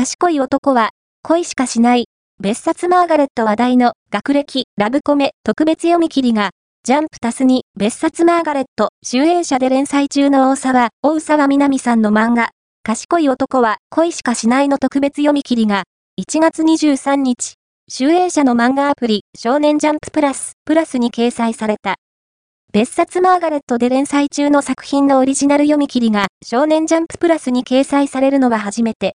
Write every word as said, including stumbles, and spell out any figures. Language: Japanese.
賢い男は恋しかしない。別冊マーガレット話題の学歴ラブコメ特別読み切りがジャンプタスに別冊マーガレット集英社で連載中の大沢、大沢みなみさんの漫画賢い男は恋しかしないの特別読み切りがいちがつにじゅうさんにち集英社の漫画アプリ少年ジャンププラスプラスに掲載された。別冊マーガレットで連載中の作品のオリジナル読み切りが少年ジャンププラスに掲載されるのは初めて。